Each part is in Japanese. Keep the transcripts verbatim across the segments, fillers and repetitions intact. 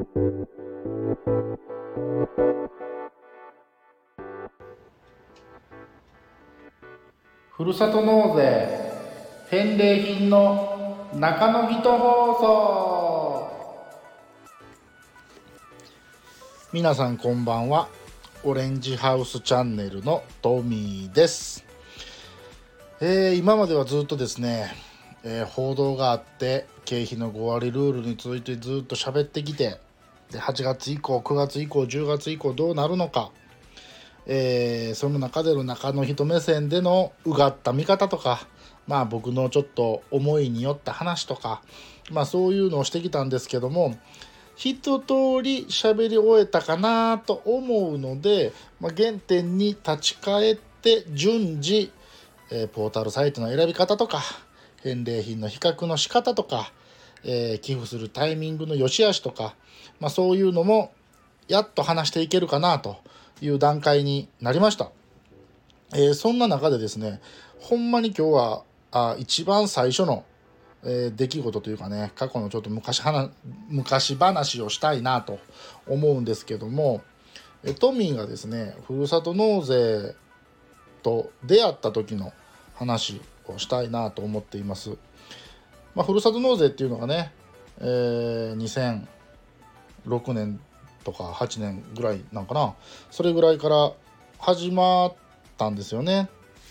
ふるさと納税返礼品の中野人放送。皆さんこんばんは。オレンジハウスチャンネルのトミーです。えー、今まではずっとですね、えー、報道があって経費のご割ルールについてずっと喋ってきて、ではちがつ以降くがつ以降じゅうがつ以降どうなるのか、えー、その中での中の人目線でのうがった見方とか、まあ僕のちょっと思いによった話とか、まあそういうのをしてきたんですけども、一通り喋り終えたかなと思うので、まあ、原点に立ち返って順次、えー、ポータルサイトの選び方とか返礼品の比較の仕方とか、えー、寄付するタイミングの良し悪しとか、まあ、そういうのもやっと話していけるかなという段階になりました。えー、そんな中でですね、ほんまに今日はあ一番最初の、えー、出来事というかね、過去のちょっと昔話昔話をしたいなと思うんですけども、えトミーがですね、ふるさと納税と出会った時の話をしたいなと思っています。まあ、ふるさと納税っていうのがね、えー、にせんろくねんとかはちねんぐらいなんかな、それぐらいから始まったんですよね。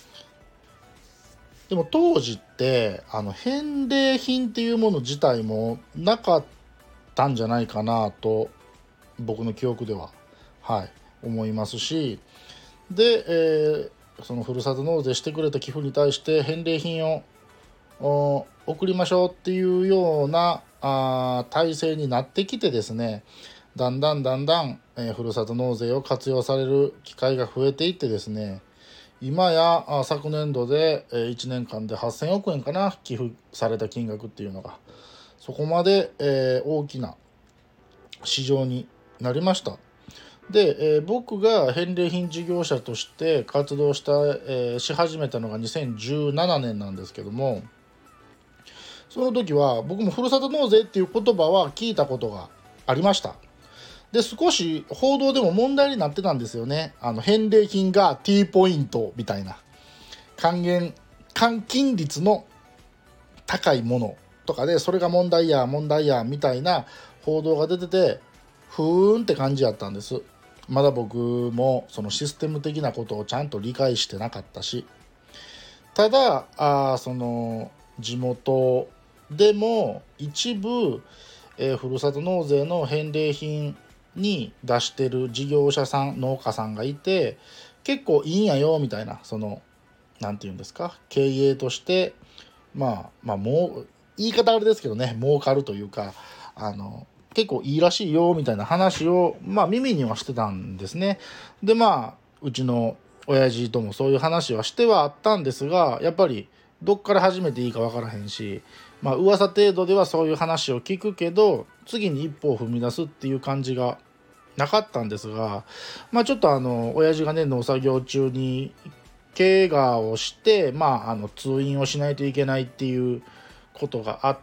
でも当時ってあの返礼品っていうもの自体もなかったんじゃないかなと僕の記憶では、はい、思いますし、で、えー、そのふるさと納税してくれた寄付に対して返礼品を送りましょうっていうようなあ体制になってきてですね、だんだんだんだん、えー、ふるさと納税を活用される機会が増えていってですね、今や昨年度でいちねんかんではっせんおくえんかな、寄付された金額っていうのがそこまで、えー、大きな市場になりました。で、えー、僕が返礼品事業者として活動した、えー、し始めたのがにせんじゅうななねんなんですけども、その時は僕もふるさと納税っていう言葉は聞いたことがありました。で、少し報道でも問題になってたんですよね。あの返礼品が T ポイントみたいな、還元換金率の高いものとかで、それが問題や問題やみたいな報道が出てて、ふーんって感じやったんです。まだ僕もそのシステム的なことをちゃんと理解してなかったし、ただあその地元でも一部、えー、ふるさと納税の返礼品に出してる事業者さん農家さんがいて、結構いいんやよみたいな、そのなんていうんですか、経営としてまあまあもう言い方あれですけどね、儲かるというか、あの結構いいらしいよみたいな話をまあ耳にはしてたんですね。でまあうちの親父ともそういう話はしてはあったんですが、やっぱりどっから始めていいか分からへんし、まあ噂程度ではそういう話を聞くけど次に一歩を踏み出すっていう感じがなかったんですが、まあちょっとあの親父がね農作業中に怪我をして、まああの通院をしないといけないっていうことがあって、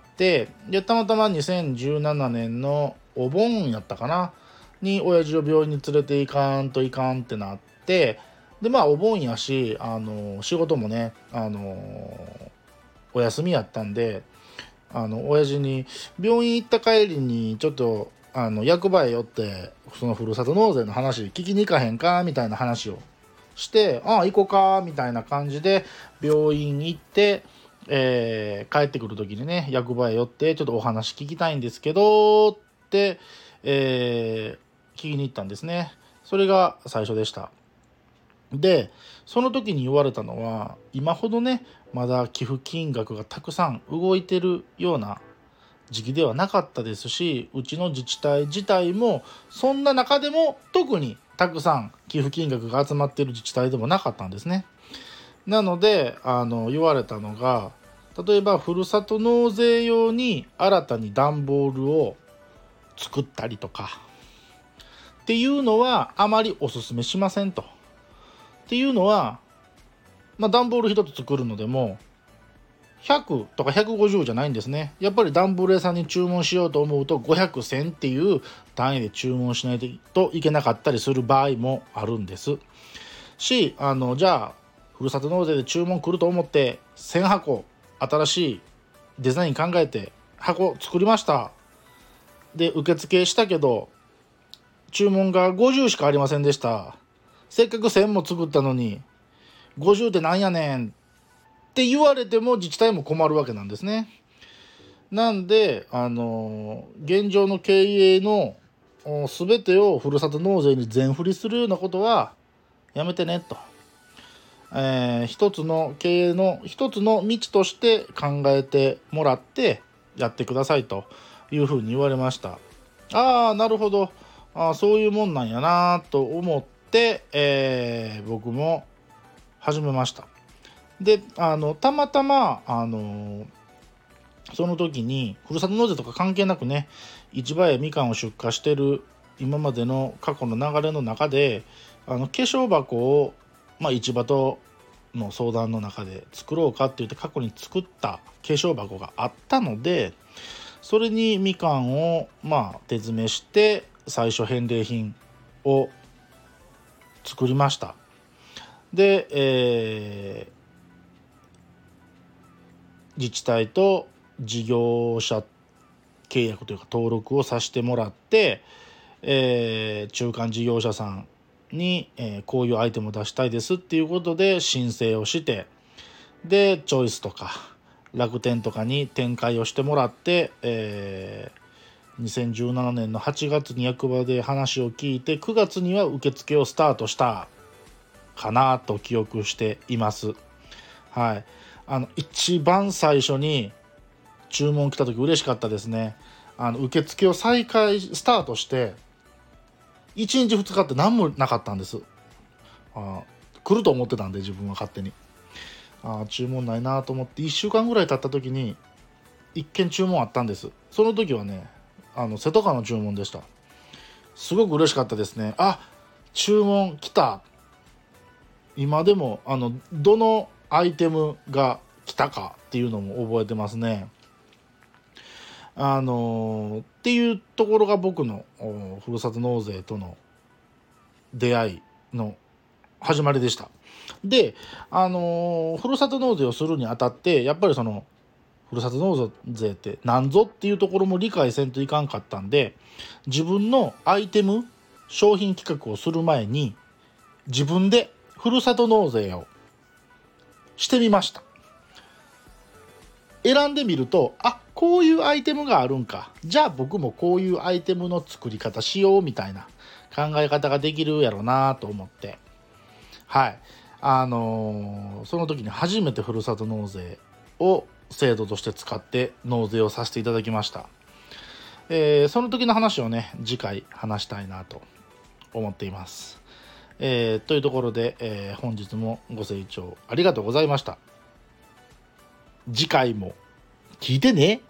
でたまたまにせんじゅうななねんのお盆やったかなに親父を病院に連れて行かんといかんってなって、でまあお盆やし、あの仕事もね、あのお休みやったんで、あの親父に病院行った帰りにちょっとあの役場へ寄ってそのふるさと納税の話聞きに行かへんかみたいな話をして、ああ行こうかみたいな感じで病院行って、えー、帰ってくる時にね役場へ寄ってちょっとお話聞きたいんですけどって、えー、聞きに行ったんですね。それが最初でした。でその時に言われたのは、今ほどねまだ寄付金額がたくさん動いてるような時期ではなかったですし、うちの自治体自体もそんな中でも特にたくさん寄付金額が集まっている自治体でもなかったんですね。なのであの言われたのが、例えばふるさと納税用に新たに段ボールを作ったりとかっていうのはあまりおすすめしませんと。っていうのは、まあ、段ボール一つ作るのでもひゃくとかひゃくごじゅうじゃないんですね。やっぱりダンブル屋さんに注文しようと思うとごひゃく、せんっていう単位で注文しないといけなかったりする場合もあるんですし、あのじゃあふるさと納税で注文来ると思ってせんはこ新しいデザイン考えて箱作りました。で受付したけど注文がごじゅうしかありませんでした。せっかくせんも作ったのにごじゅうってなんやねんって言われても自治体も困るわけなんですね。なんであの現状の経営の全てをふるさと納税に全振りするようなことはやめてねと、えー、一つの経営の一つの道として考えてもらってやってくださいというふうに言われました。ああなるほど、あそういうもんなんやなと思って、えー、僕も始めました。であのたまたまあのその時にふるさと納税とか関係なくね、市場へみかんを出荷してる今までの過去の流れの中であの化粧箱を、まあ、市場との相談の中で作ろうかって言って過去に作った化粧箱があったので、それにみかんをまあ手詰めして最初返礼品を作りました。で、えー、自治体と事業者契約というか登録をさせてもらって、えー、中間事業者さんに、えー、こういうアイテムを出したいですっていうことで申請をして、でチョイスとか楽天とかに展開をしてもらって、えー、にせんじゅうななねんのはちがつに役場で話を聞いてくがつには受付をスタートしたかなと記憶しています。はい、あの一番最初に注文来た時嬉しかったですね。あの受付を再開スタートしていちにちふつかって何もなかったんです。あ来ると思ってたんで自分は勝手にあ注文ないなと思っていっしゅうかんぐらい経った時に一件注文あったんです。その時はねあの瀬戸川の注文でした。すごく嬉しかったですね。あ注文来た。今でもあのどのアイテムが来たかっていうのも覚えてますね。あのー、っていうところが僕のふるさと納税との出会いの始まりでした。で、あのー、ふるさと納税をするにあたってやっぱりそのふるさと納税って何ぞっていうところも理解せんといかんかったんで、自分のアイテム商品企画をする前に自分でふるさと納税をしてみました。選んでみるとあこういうアイテムがあるんか、じゃあ僕もこういうアイテムの作り方しようみたいな考え方ができるやろなと思って、はいあのー、その時に初めてふるさと納税を制度として使って納税をさせていただきました。えー、その時の話をね次回話したいなと思っています。えー、というところで、えー、本日もご清聴ありがとうございました。次回も聞いてね。